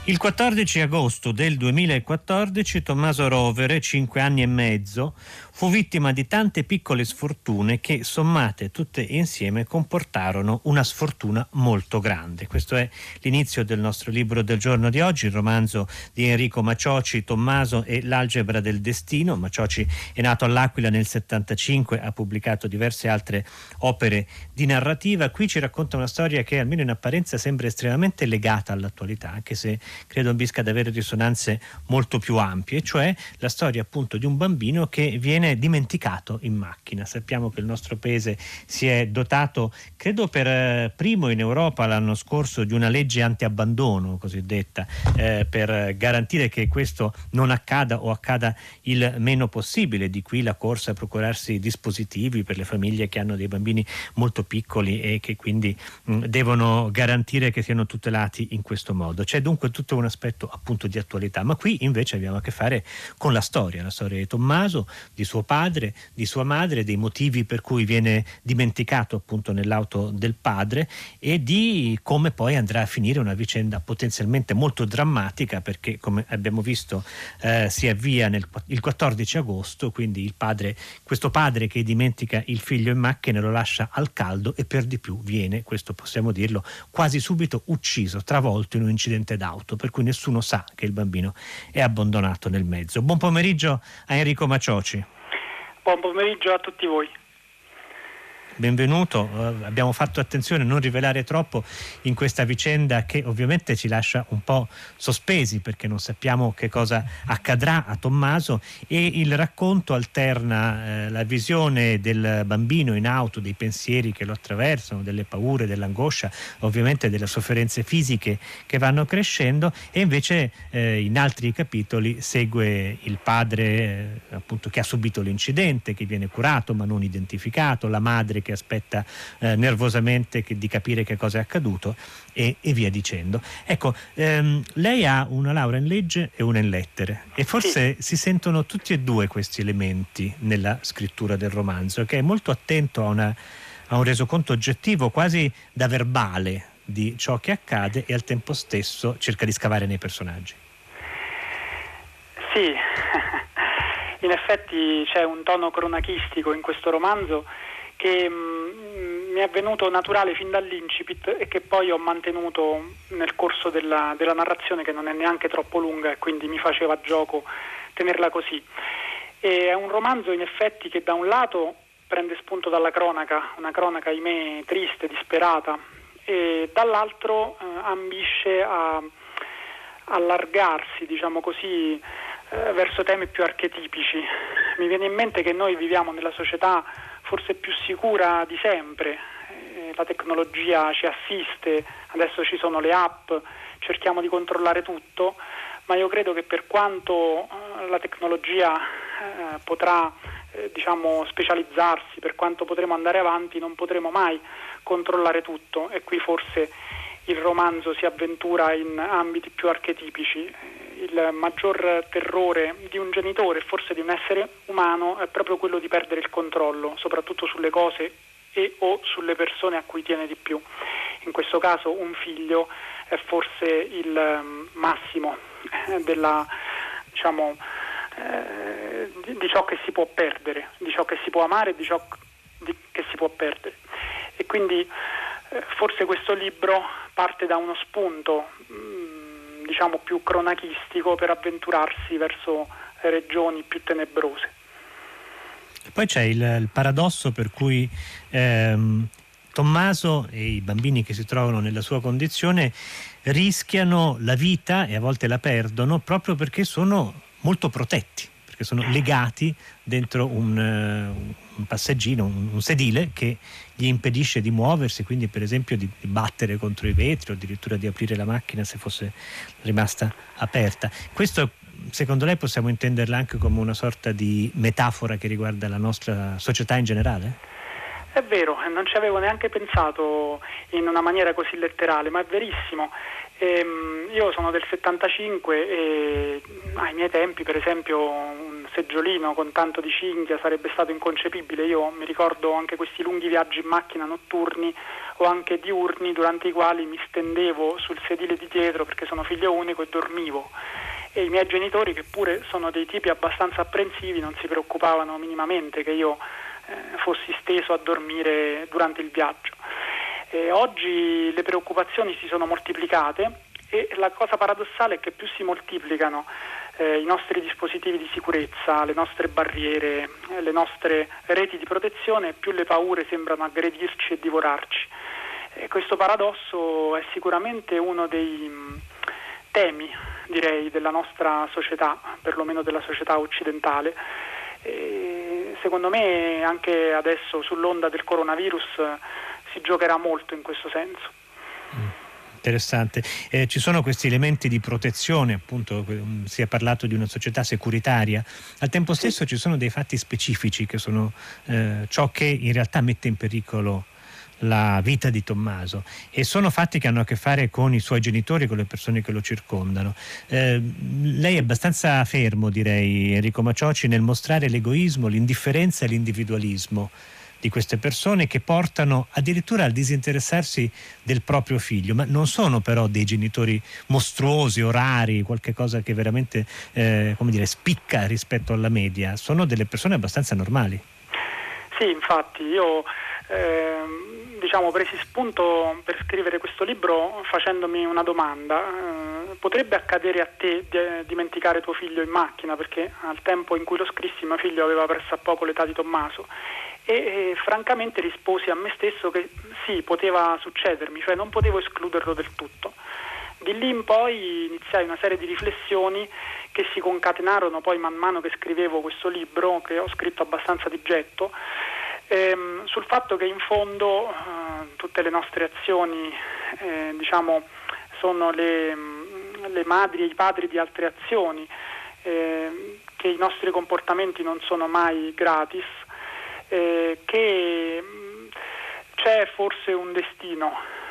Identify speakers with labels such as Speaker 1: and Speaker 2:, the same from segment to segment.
Speaker 1: Il 14 agosto del 2014 Tommaso Rovere, 5 anni e mezzo, fu vittima di tante piccole sfortune che, sommate tutte insieme, comportarono una sfortuna molto grande. Questo è l'inizio del nostro libro del giorno di oggi, il romanzo di Enrico Macioci, Tommaso e l'algebra del destino. Macioci è nato all'Aquila nel 75, ha pubblicato diverse altre opere di narrativa. Qui ci racconta una storia che, almeno in apparenza, sembra estremamente legata all'attualità, anche se credo ambisca ad avere risonanze molto più ampie, cioè la storia appunto di un bambino che viene dimenticato in macchina. Sappiamo che il nostro paese si è dotato, credo per primo in Europa l'anno scorso, di una legge anti-abbandono cosiddetta, per garantire che questo non accada o accada il meno possibile. Di qui la corsa a procurarsi dispositivi per le famiglie che hanno dei bambini molto piccoli e che quindi devono garantire che siano tutelati in questo modo. C'è dunque tutto un aspetto appunto di attualità, ma qui invece abbiamo a che fare con la storia di Tommaso, di suo padre, di sua madre, dei motivi per cui viene dimenticato appunto nell'auto del padre e di come poi andrà a finire una vicenda potenzialmente molto drammatica, perché come abbiamo visto si avvia il 14 agosto, quindi questo padre che dimentica il figlio in macchina lo lascia al caldo e per di più viene, questo possiamo dirlo, quasi subito ucciso, travolto in un incidente d'auto, per cui nessuno sa che il bambino è abbandonato nel mezzo. Buon pomeriggio a Enrico Macioci.
Speaker 2: Buon pomeriggio a tutti voi.
Speaker 1: Benvenuto, abbiamo fatto attenzione a non rivelare troppo in questa vicenda che ovviamente ci lascia un po' sospesi, perché non sappiamo che cosa accadrà a Tommaso, e il racconto alterna la visione del bambino in auto, dei pensieri che lo attraversano, delle paure, dell'angoscia, ovviamente delle sofferenze fisiche che vanno crescendo, e invece in altri capitoli segue il padre appunto che ha subito l'incidente, che viene curato ma non identificato, la madre che aspetta nervosamente di capire che cosa è accaduto e via dicendo. Ecco, lei ha una laurea in legge e una in lettere e forse si sentono tutti e due questi elementi nella scrittura del romanzo, che è molto attento a un resoconto oggettivo, quasi da verbale, di ciò che accade e al tempo stesso cerca di scavare nei personaggi.
Speaker 2: Sì, in effetti c'è un tono cronachistico in questo romanzo che mi è venuto naturale fin dall'incipit e che poi ho mantenuto nel corso della narrazione, che non è neanche troppo lunga e quindi mi faceva gioco tenerla così. E è un romanzo in effetti che da un lato prende spunto dalla cronaca, una cronaca ahimè triste, disperata, e dall'altro ambisce a allargarsi, diciamo così, verso temi più archetipici. Mi viene in mente che noi viviamo nella società forse più sicura di sempre, la tecnologia ci assiste, adesso ci sono le app, cerchiamo di controllare tutto, ma io credo che per quanto la tecnologia potrà specializzarsi, per quanto potremo andare avanti, non potremo mai controllare tutto, e qui forse il romanzo si avventura in ambiti più archetipici. Il maggior terrore di un genitore e forse di un essere umano è proprio quello di perdere il controllo, soprattutto sulle cose e o sulle persone a cui tiene di più. In questo caso un figlio è forse il massimo della, di ciò che si può perdere, di ciò che si può amare e di ciò che si può perdere. E quindi forse questo libro parte da uno spunto più cronachistico per avventurarsi verso regioni più tenebrose.
Speaker 1: E poi c'è il paradosso per cui Tommaso e i bambini che si trovano nella sua condizione rischiano la vita e a volte la perdono proprio perché sono molto protetti, perché sono legati dentro un passeggino, un sedile che gli impedisce di muoversi, quindi per esempio di battere contro i vetri o addirittura di aprire la macchina se fosse rimasta aperta. Questo, secondo lei, possiamo intenderla anche come una sorta di metafora che riguarda la nostra società in generale?
Speaker 2: È vero, non ci avevo neanche pensato in una maniera così letterale, ma è verissimo. Io sono del 75 e ai miei tempi, per esempio, un seggiolino con tanto di cinghia sarebbe stato inconcepibile. Io mi ricordo anche questi lunghi viaggi in macchina notturni o anche diurni, durante i quali mi stendevo sul sedile di dietro perché sono figlio unico e dormivo, e i miei genitori, che pure sono dei tipi abbastanza apprensivi, non si preoccupavano minimamente che io fossi steso a dormire durante il viaggio. Oggi le preoccupazioni si sono moltiplicate, e la cosa paradossale è che più si moltiplicano i nostri dispositivi di sicurezza, le nostre barriere, le nostre reti di protezione, più le paure sembrano aggredirci e divorarci. Questo paradosso è sicuramente uno dei temi, direi, della nostra società, perlomeno della società occidentale. Secondo me anche adesso, sull'onda del coronavirus, si giocherà molto in questo senso.
Speaker 1: Interessante. Ci sono questi elementi di protezione, appunto, si è parlato di una società securitaria, al tempo stesso ci sono dei fatti specifici che sono ciò che in realtà mette in pericolo la vita di Tommaso, e sono fatti che hanno a che fare con i suoi genitori, con le persone che lo circondano. Lei è abbastanza fermo, direi, Enrico Macioci, nel mostrare l'egoismo, l'indifferenza e l'individualismo di queste persone, che portano addirittura al disinteressarsi del proprio figlio, ma non sono però dei genitori mostruosi o rari, qualche cosa che veramente spicca rispetto alla media. Sono delle persone abbastanza normali.
Speaker 2: Sì, infatti io presi spunto per scrivere questo libro facendomi una domanda: potrebbe accadere a te di dimenticare tuo figlio in macchina? Perché al tempo in cui lo scrissi mio figlio aveva pressappoco l'età di Tommaso, e francamente risposi a me stesso che sì, poteva succedermi, cioè non potevo escluderlo del tutto. Di lì in poi iniziai una serie di riflessioni che si concatenarono poi man mano che scrivevo questo libro, che ho scritto abbastanza di getto, sul fatto che in fondo tutte le nostre azioni sono le madri e i padri di altre azioni, che i nostri comportamenti non sono mai gratis, che c'è forse un destino.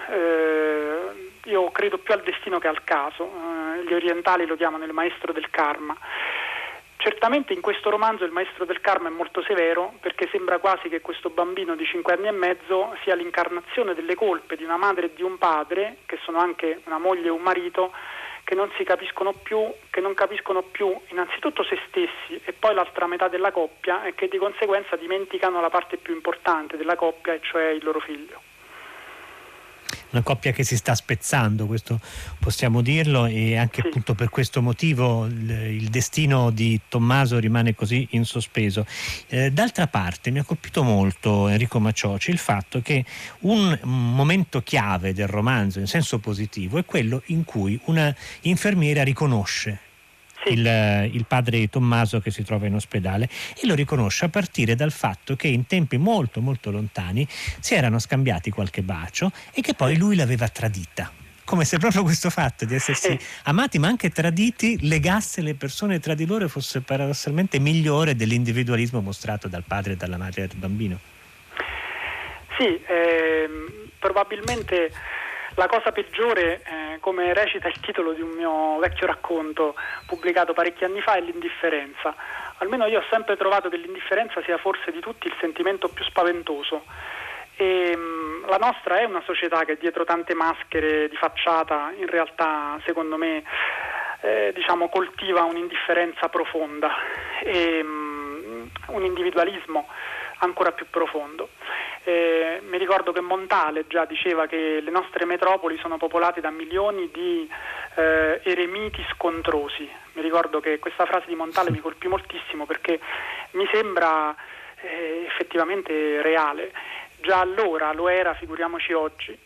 Speaker 2: Io credo più al destino che al caso. Gli orientali lo chiamano il maestro del karma. Certamente in questo romanzo il maestro del karma è molto severo, perché sembra quasi che questo bambino di 5 anni e mezzo sia l'incarnazione delle colpe di una madre e di un padre, che sono anche una moglie e un marito, che non si capiscono più, che non capiscono più innanzitutto se stessi e poi l'altra metà della coppia, e che di conseguenza dimenticano la parte più importante della coppia, e cioè il loro figlio.
Speaker 1: Una coppia che si sta spezzando, questo possiamo dirlo, e anche
Speaker 2: sì.
Speaker 1: Appunto per questo motivo il destino di Tommaso rimane così in sospeso. D'altra parte mi ha colpito molto, Enrico Macioci, il fatto che un momento chiave del romanzo in senso positivo è quello in cui una infermiera riconosce il padre di Tommaso che si trova in ospedale, e lo riconosce a partire dal fatto che in tempi molto molto lontani si erano scambiati qualche bacio e che poi lui l'aveva tradita, come se proprio questo fatto di essersi amati ma anche traditi legasse le persone tra di loro e fosse paradossalmente migliore dell'individualismo mostrato dal padre e dalla madre del bambino.
Speaker 2: Sì, probabilmente la cosa peggiore, come recita il titolo di un mio vecchio racconto pubblicato parecchi anni fa, è l'indifferenza. Almeno io ho sempre trovato che l'indifferenza sia forse di tutti il sentimento più spaventoso. E la nostra è una società che dietro tante maschere di facciata in realtà, secondo me, coltiva un'indifferenza profonda e un individualismo ancora più profondo. Mi ricordo che Montale già diceva che le nostre metropoli sono popolate da milioni di eremiti scontrosi. Mi ricordo che questa frase di Montale mi colpì moltissimo, perché mi sembra effettivamente reale. Già allora lo era, figuriamoci oggi.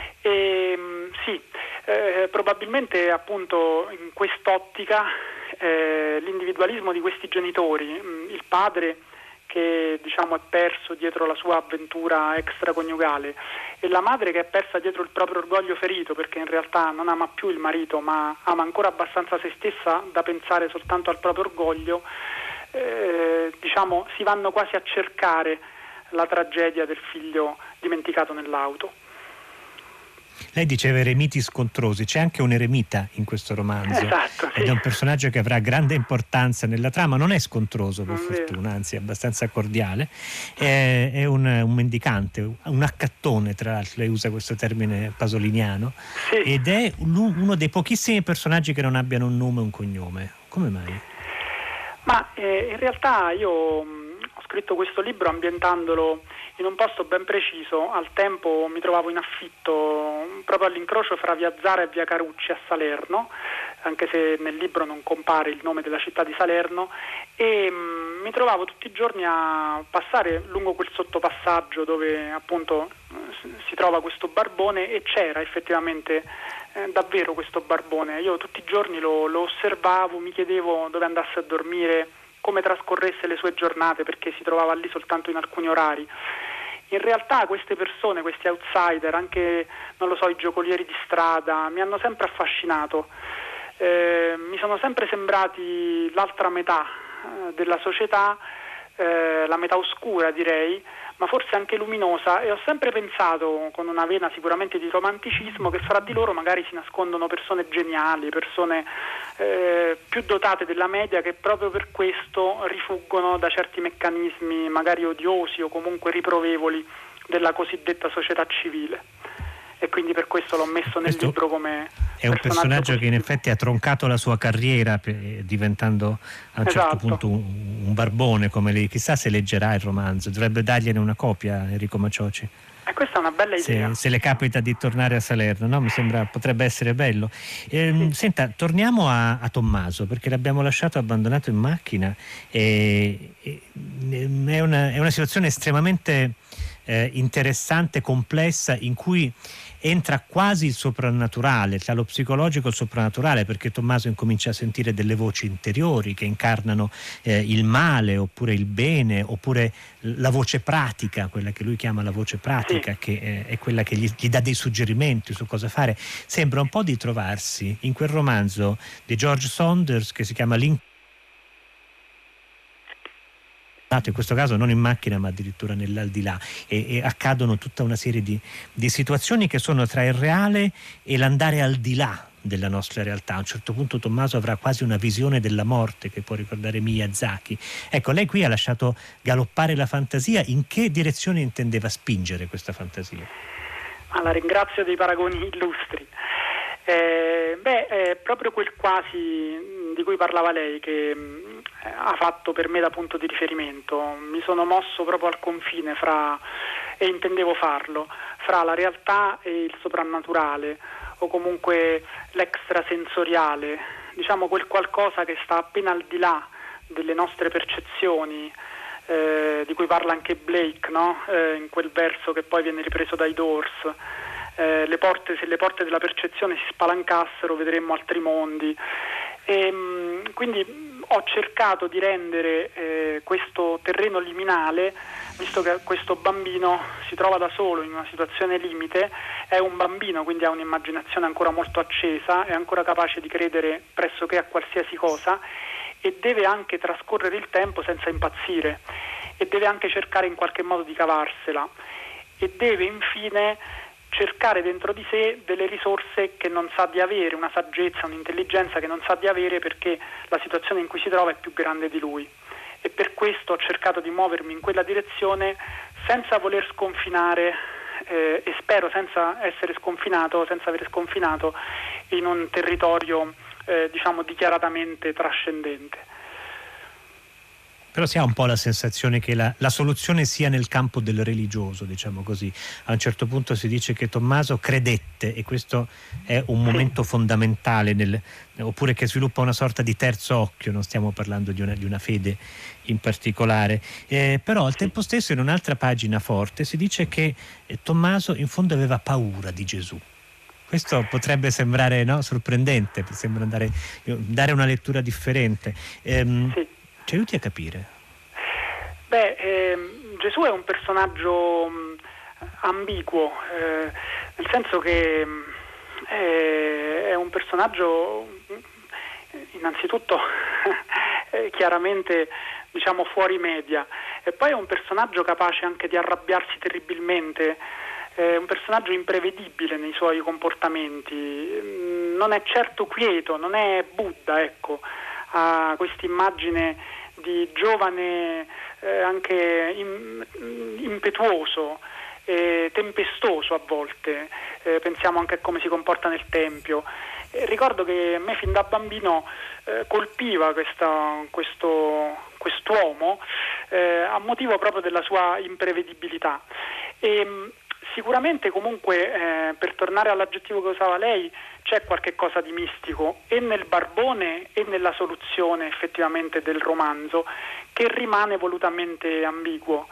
Speaker 2: Probabilmente appunto in quest'ottica l'individualismo di questi genitori, il padre che è perso dietro la sua avventura extraconiugale e la madre che è persa dietro il proprio orgoglio ferito, perché in realtà non ama più il marito ma ama ancora abbastanza se stessa da pensare soltanto al proprio orgoglio, si vanno quasi a cercare la tragedia del figlio dimenticato nell'auto.
Speaker 1: Lei diceva eremiti scontrosi, c'è anche un eremita in questo romanzo.
Speaker 2: Esatto, sì.
Speaker 1: Ed è un personaggio che avrà grande importanza nella trama, non è scontroso per fortuna, anzi è abbastanza cordiale, è un mendicante, un accattone, tra l'altro lei usa questo termine pasoliniano,
Speaker 2: Sì.
Speaker 1: ed è uno dei pochissimi personaggi che non abbiano un nome e un cognome. Come mai?
Speaker 2: Ma in realtà io ho scritto questo libro ambientandolo in un posto ben preciso. Al tempo mi trovavo in affitto proprio all'incrocio fra via Zara e via Carucci a Salerno, anche se nel libro non compare il nome della città di Salerno, e mi trovavo tutti i giorni a passare lungo quel sottopassaggio dove appunto si trova questo barbone, e c'era effettivamente davvero questo barbone. Io tutti i giorni lo osservavo, mi chiedevo dove andasse a dormire, come trascorresse le sue giornate, perché si trovava lì soltanto in alcuni orari. In realtà queste persone, questi outsider, anche, non lo so, i giocolieri di strada, mi hanno sempre affascinato. Mi sono sempre sembrati l'altra metà della società, la metà oscura direi, ma forse anche luminosa, e ho sempre pensato, con una vena sicuramente di romanticismo, che fra di loro magari si nascondono persone geniali, persone più dotate della media, che proprio per questo rifuggono da certi meccanismi magari odiosi o comunque riprovevoli della cosiddetta società civile. E quindi per questo l'ho messo nel libro come
Speaker 1: è un personaggio che in effetti ha troncato la sua carriera diventando a un certo punto un barbone come lei. Chissà se leggerà il romanzo, dovrebbe dargliene una copia Enrico Macioci.
Speaker 2: Questa è una bella idea.
Speaker 1: Se le capita di tornare a Salerno, no? Mi sembra potrebbe essere bello. Sì. Senta, torniamo a Tommaso, perché l'abbiamo lasciato abbandonato in macchina. È una situazione estremamente interessante, complessa, in cui entra quasi il soprannaturale, tra lo psicologico e il soprannaturale, perché Tommaso incomincia a sentire delle voci interiori che incarnano il male oppure il bene, oppure la voce pratica, quella che lui chiama la voce pratica, sì, che è quella che gli dà dei suggerimenti su cosa fare. Sembra un po' di trovarsi in quel romanzo di George Saunders che si chiama in questo caso non in macchina ma addirittura nell'aldilà, e accadono tutta una serie di situazioni che sono tra il reale e l'andare al di là della nostra realtà. A un certo punto Tommaso avrà quasi una visione della morte che può ricordare Miyazaki. Ecco, lei qui ha lasciato galoppare la fantasia. In che direzione intendeva spingere questa fantasia?
Speaker 2: La ringrazio dei paragoni illustri. È proprio quel quasi di cui parlava lei che ha fatto per me da punto di riferimento. Mi sono mosso proprio al confine e intendevo farlo, fra la realtà e il soprannaturale, o comunque l'extrasensoriale, diciamo quel qualcosa che sta appena al di là delle nostre percezioni, di cui parla anche Blake, no? In quel verso che poi viene ripreso dai Doors. Se le porte della percezione si spalancassero vedremmo altri mondi, e quindi ho cercato di rendere questo terreno liminale, visto che questo bambino si trova da solo in una situazione limite, è un bambino, quindi ha un'immaginazione ancora molto accesa, è ancora capace di credere pressoché a qualsiasi cosa, e deve anche trascorrere il tempo senza impazzire, e deve anche cercare in qualche modo di cavarsela, e deve infine cercare dentro di sé delle risorse che non sa di avere, una saggezza, un'intelligenza che non sa di avere, perché la situazione in cui si trova è più grande di lui. E per questo ho cercato di muovermi in quella direzione senza voler sconfinare, e spero senza essere sconfinato, senza aver sconfinato in un territorio diciamo dichiaratamente trascendente.
Speaker 1: Però si ha un po' la sensazione che la soluzione sia nel campo del religioso, diciamo così. A un certo punto si dice che Tommaso credette, e questo è un momento fondamentale, oppure che sviluppa una sorta di terzo occhio, non stiamo parlando di una fede in particolare. Però al tempo stesso, in un'altra pagina forte, si dice che Tommaso in fondo aveva paura di Gesù. Questo potrebbe sembrare sorprendente, sembra dare una lettura differente.
Speaker 2: Sì.
Speaker 1: Ci aiuti a capire?
Speaker 2: Gesù è un personaggio ambiguo, nel senso che è un personaggio innanzitutto chiaramente diciamo fuori media, e poi è un personaggio capace anche di arrabbiarsi terribilmente è un personaggio imprevedibile nei suoi comportamenti, non è certo quieto, non è Buddha, ecco, ha questa immagine di giovane anche impetuoso, tempestoso a volte, pensiamo anche a come si comporta nel tempio. Ricordo che a me fin da bambino colpiva quest'uomo a motivo proprio della sua imprevedibilità. E sicuramente comunque, per tornare all'aggettivo che usava lei, c'è qualche cosa di mistico e nel barbone e nella soluzione effettivamente del romanzo, che rimane volutamente ambiguo.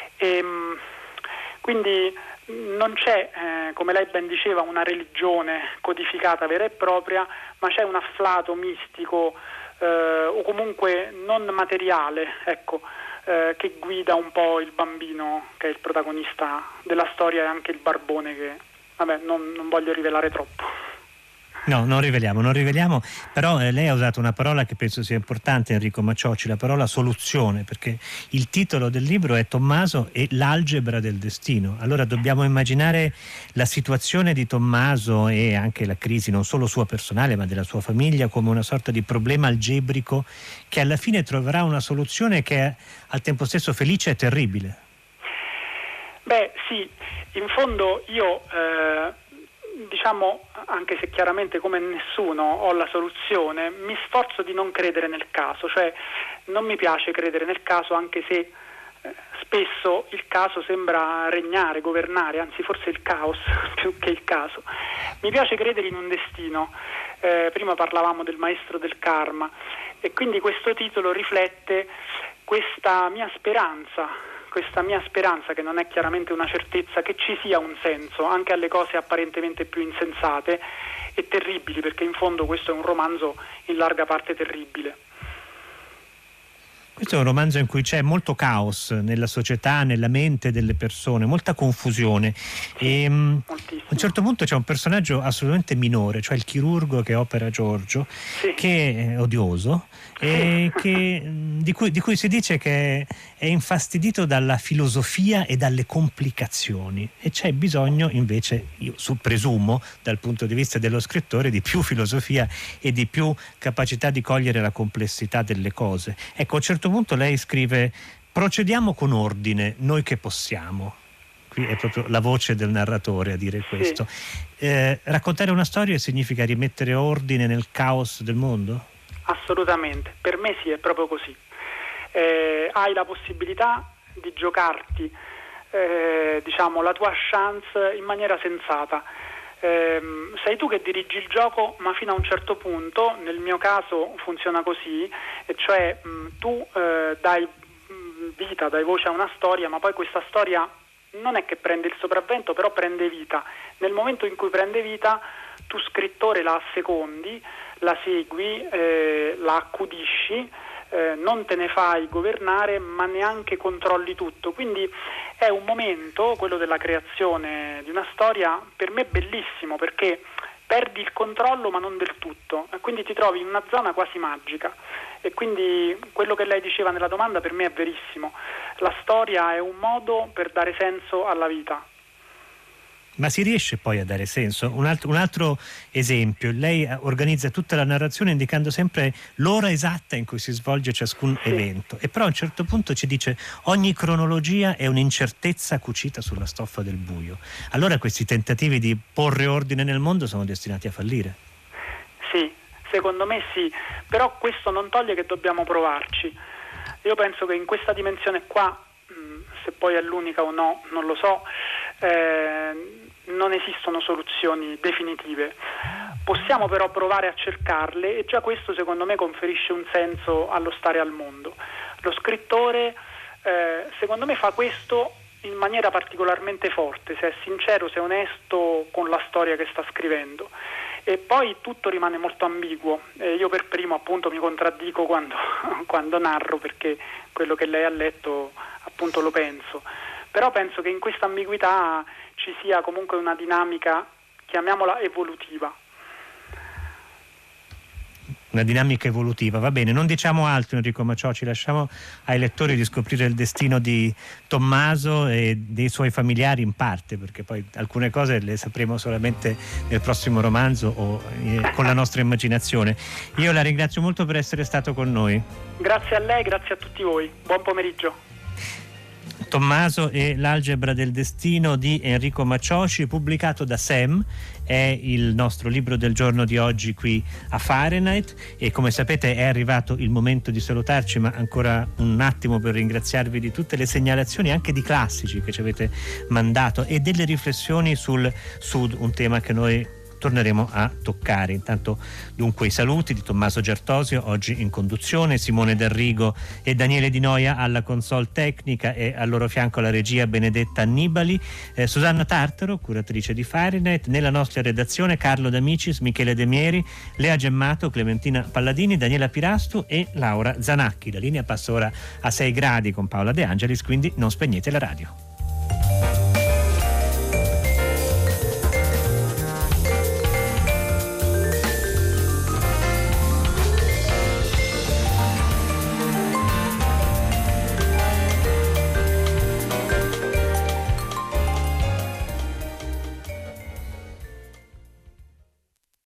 Speaker 2: Quindi non c'è, come lei ben diceva, una religione codificata vera e propria, ma c'è un afflato mistico o comunque non materiale, ecco, che guida un po' il bambino che è il protagonista della storia, e anche il barbone che, vabbè, non voglio rivelare troppo.
Speaker 1: No, non riveliamo, però lei ha usato una parola che penso sia importante, Enrico Macciocci, la parola soluzione, perché il titolo del libro è Tommaso e l'algebra del destino. Allora dobbiamo immaginare la situazione di Tommaso e anche la crisi non solo sua personale ma della sua famiglia come una sorta di problema algebrico che alla fine troverà una soluzione che è al tempo stesso felice e terribile.
Speaker 2: Beh sì, in fondo io diciamo, anche se chiaramente come nessuno ho la soluzione, mi sforzo di non credere nel caso, cioè non mi piace credere nel caso, anche se spesso il caso sembra regnare, governare, anzi forse il caos più che il caso. Mi piace credere in un destino, prima parlavamo del maestro del karma, e quindi questo titolo riflette questa mia speranza che non è chiaramente una certezza, che ci sia un senso anche alle cose apparentemente più insensate e terribili, perché in fondo questo è un romanzo in larga parte terribile.
Speaker 1: Questo è un romanzo in cui c'è molto caos nella società, nella mente delle persone, molta confusione. E a un certo punto c'è un personaggio assolutamente minore, cioè il chirurgo che opera Giorgio, sì, che è odioso, e di cui si dice che è infastidito dalla filosofia e dalle complicazioni, e c'è bisogno invece, io presumo dal punto di vista dello scrittore, di più filosofia e di più capacità di cogliere la complessità delle cose. Ecco, a un certo punto lei scrive: procediamo con ordine, noi che possiamo. Qui è proprio la voce del narratore a dire questo. Raccontare una storia significa rimettere ordine nel caos del mondo?
Speaker 2: Assolutamente, per me sì, è proprio così. Hai la possibilità di giocarti diciamo la tua chance in maniera sensata. Sei tu che dirigi il gioco, ma fino a un certo punto. Nel mio caso funziona così, e cioè tu dai vita, dai voce a una storia, ma poi questa storia non è che prende il sopravvento, però prende vita. Nel momento in cui prende vita, tu scrittore la assecondi, la segui, la accudisci, non te ne fai governare, ma neanche controlli tutto. Quindi è un momento, quello della creazione di una storia, per me bellissimo, perché perdi il controllo ma non del tutto, e quindi ti trovi in una zona quasi magica. E quindi quello che lei diceva nella domanda per me è verissimo: la storia è un modo per dare senso alla vita.
Speaker 1: Ma si riesce poi a dare senso? Un altro esempio: lei organizza tutta la narrazione indicando sempre l'ora esatta in cui si svolge ciascun evento, e però a un certo punto ci dice: ogni cronologia è un'incertezza cucita sulla stoffa del buio. Allora questi tentativi di porre ordine nel mondo sono destinati a fallire.
Speaker 2: Sì, secondo me sì, però questo non toglie che dobbiamo provarci. Io penso che in questa dimensione qua, se poi è l'unica o no, non lo so, non esistono soluzioni definitive. Possiamo però provare a cercarle, e già questo secondo me conferisce un senso allo stare al mondo. Lo scrittore secondo me fa questo in maniera particolarmente forte, se è sincero, se è onesto con la storia che sta scrivendo. E poi tutto rimane molto ambiguo, e io per primo appunto mi contraddico quando narro, perché quello che lei ha letto appunto lo penso. Però penso che in questa ambiguità ci sia comunque una dinamica, chiamiamola evolutiva.
Speaker 1: una dinamica evolutiva. Va bene, non diciamo altro, Enrico Maciò, ci lasciamo ai lettori di scoprire il destino di Tommaso e dei suoi familiari in parte, perché poi alcune cose le sapremo solamente nel prossimo romanzo o con la nostra immaginazione. Io la ringrazio molto per essere stato con noi.
Speaker 2: Grazie a lei, grazie a tutti voi. Buon pomeriggio.
Speaker 1: Tommaso e l'algebra del destino di Enrico Macioci, pubblicato da Sam, è il nostro libro del giorno di oggi qui a Fahrenheit, e come sapete è arrivato il momento di salutarci, ma ancora un attimo per ringraziarvi di tutte le segnalazioni anche di classici che ci avete mandato e delle riflessioni sul Sud, un tema che noi torneremo a toccare. Intanto dunque i saluti di Tommaso Giartosio oggi in conduzione, Simone D'Arrigo e Daniele Di Noia alla console tecnica e al loro fianco la regia Benedetta Annibali, Susanna Tartaro, curatrice di Fahrenheit, nella nostra redazione Carlo D'Amicis, Michele De Mieri, Lea Gemmato, Clementina Palladini, Daniela Pirastu e Laura Zanacchi. La linea passa ora a 6 gradi con Paola De Angelis, quindi non spegnete la radio.